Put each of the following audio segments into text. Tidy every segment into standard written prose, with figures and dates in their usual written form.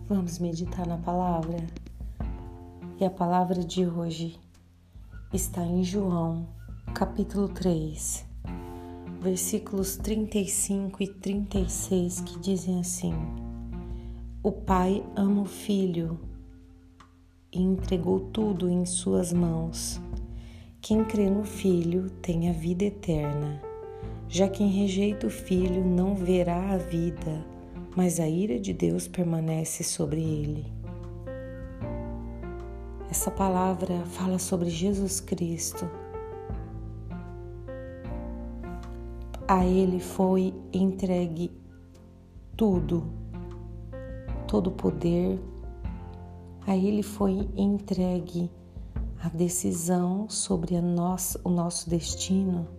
Vamos meditar na palavra. E a palavra de hoje está em João, capítulo 3, versículos 35 e 36, que dizem assim: O Pai ama o Filho e entregou tudo em suas mãos. Quem crê no Filho tem a vida eterna. Já quem rejeita o Filho não verá a vida, mas a ira de Deus permanece sobre ele. Essa palavra fala sobre Jesus Cristo. A Ele foi entregue tudo, todo o poder. A Ele foi entregue a decisão sobre o nosso destino.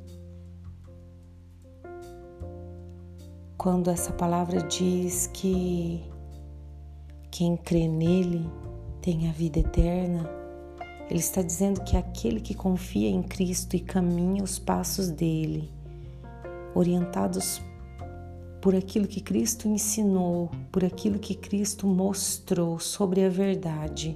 Quando essa palavra diz que quem crê nele tem a vida eterna, ele está dizendo que aquele que confia em Cristo e caminha os passos dele, orientados por aquilo que Cristo ensinou, por aquilo que Cristo mostrou sobre a verdade,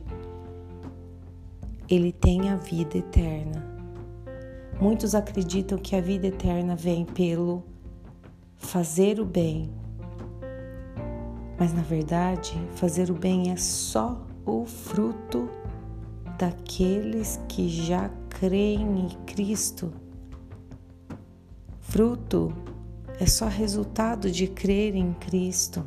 ele tem a vida eterna. Muitos acreditam que a vida eterna vem pelo fazer o bem, mas na verdade fazer o bem é só o fruto daqueles que já creem em Cristo. Fruto é só resultado de crer em Cristo.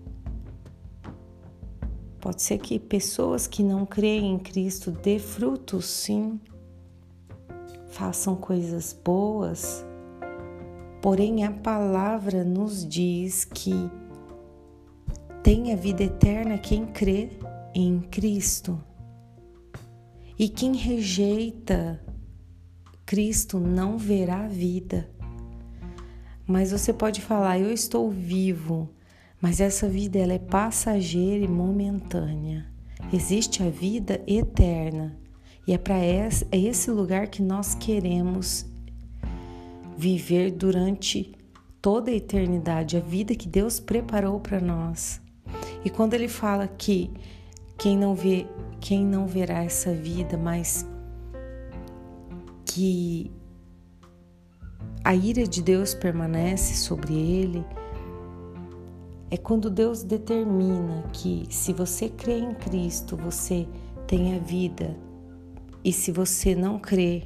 Pode ser que pessoas que não creem em Cristo dê frutos, sim, façam coisas boas. Porém, a palavra nos diz que tem a vida eterna quem crê em Cristo. E quem rejeita Cristo não verá a vida. Mas você pode falar: eu estou vivo, mas essa vida ela é passageira e momentânea. Existe a vida eterna. E é esse lugar que nós queremos viver durante toda a eternidade, a vida que Deus preparou para nós. E quando ele fala que quem não verá essa vida, mas que a ira de Deus permanece sobre ele, é quando Deus determina que se você crê em Cristo, você tem a vida, e se você não crê,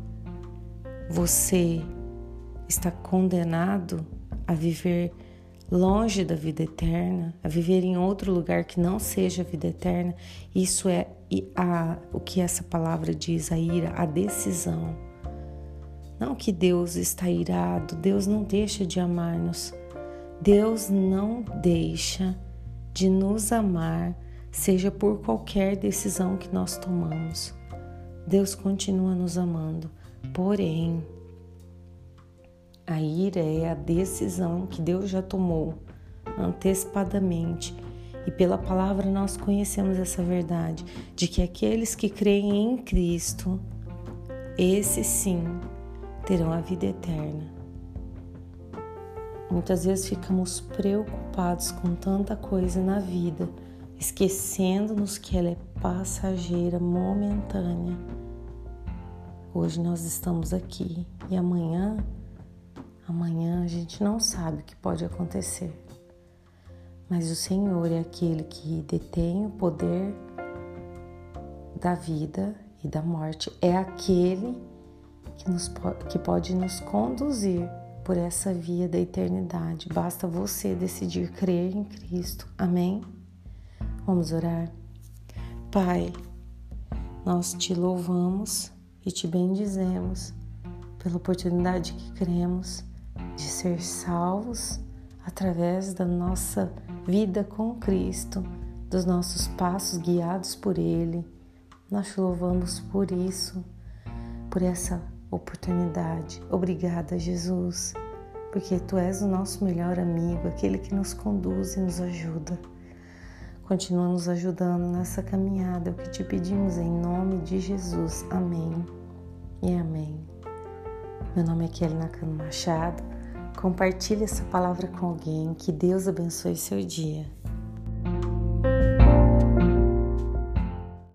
você está condenado a viver longe da vida eterna, a viver em outro lugar que não seja a vida eterna. Isso é o que essa palavra diz, a ira, a decisão. Não que Deus está irado, Deus não deixa de amar-nos. Deus não deixa de nos amar, seja por qualquer decisão que nós tomamos. Deus continua nos amando, porém, a ira é a decisão que Deus já tomou antecipadamente. E pela palavra nós conhecemos essa verdade, de que aqueles que creem em Cristo, esses sim, terão a vida eterna. Muitas vezes ficamos preocupados com tanta coisa na vida, esquecendo-nos que ela é passageira, momentânea. Hoje nós estamos aqui e amanhã a gente não sabe o que pode acontecer. Mas o Senhor é aquele que detém o poder da vida e da morte. É aquele que pode nos conduzir por essa via da eternidade. Basta você decidir crer em Cristo. Amém? Vamos orar? Pai, nós te louvamos e te bendizemos pela oportunidade que cremos de ser salvos através da nossa vida com Cristo, dos nossos passos guiados por Ele. Nós te louvamos por isso, por essa oportunidade. Obrigada, Jesus, porque Tu és o nosso melhor amigo, aquele que nos conduz e nos ajuda. Continua nos ajudando nessa caminhada, é o que te pedimos em nome de Jesus. Amém e amém. Meu nome é Kelly Nakano Machado. Compartilhe essa palavra com alguém. Que Deus abençoe seu dia.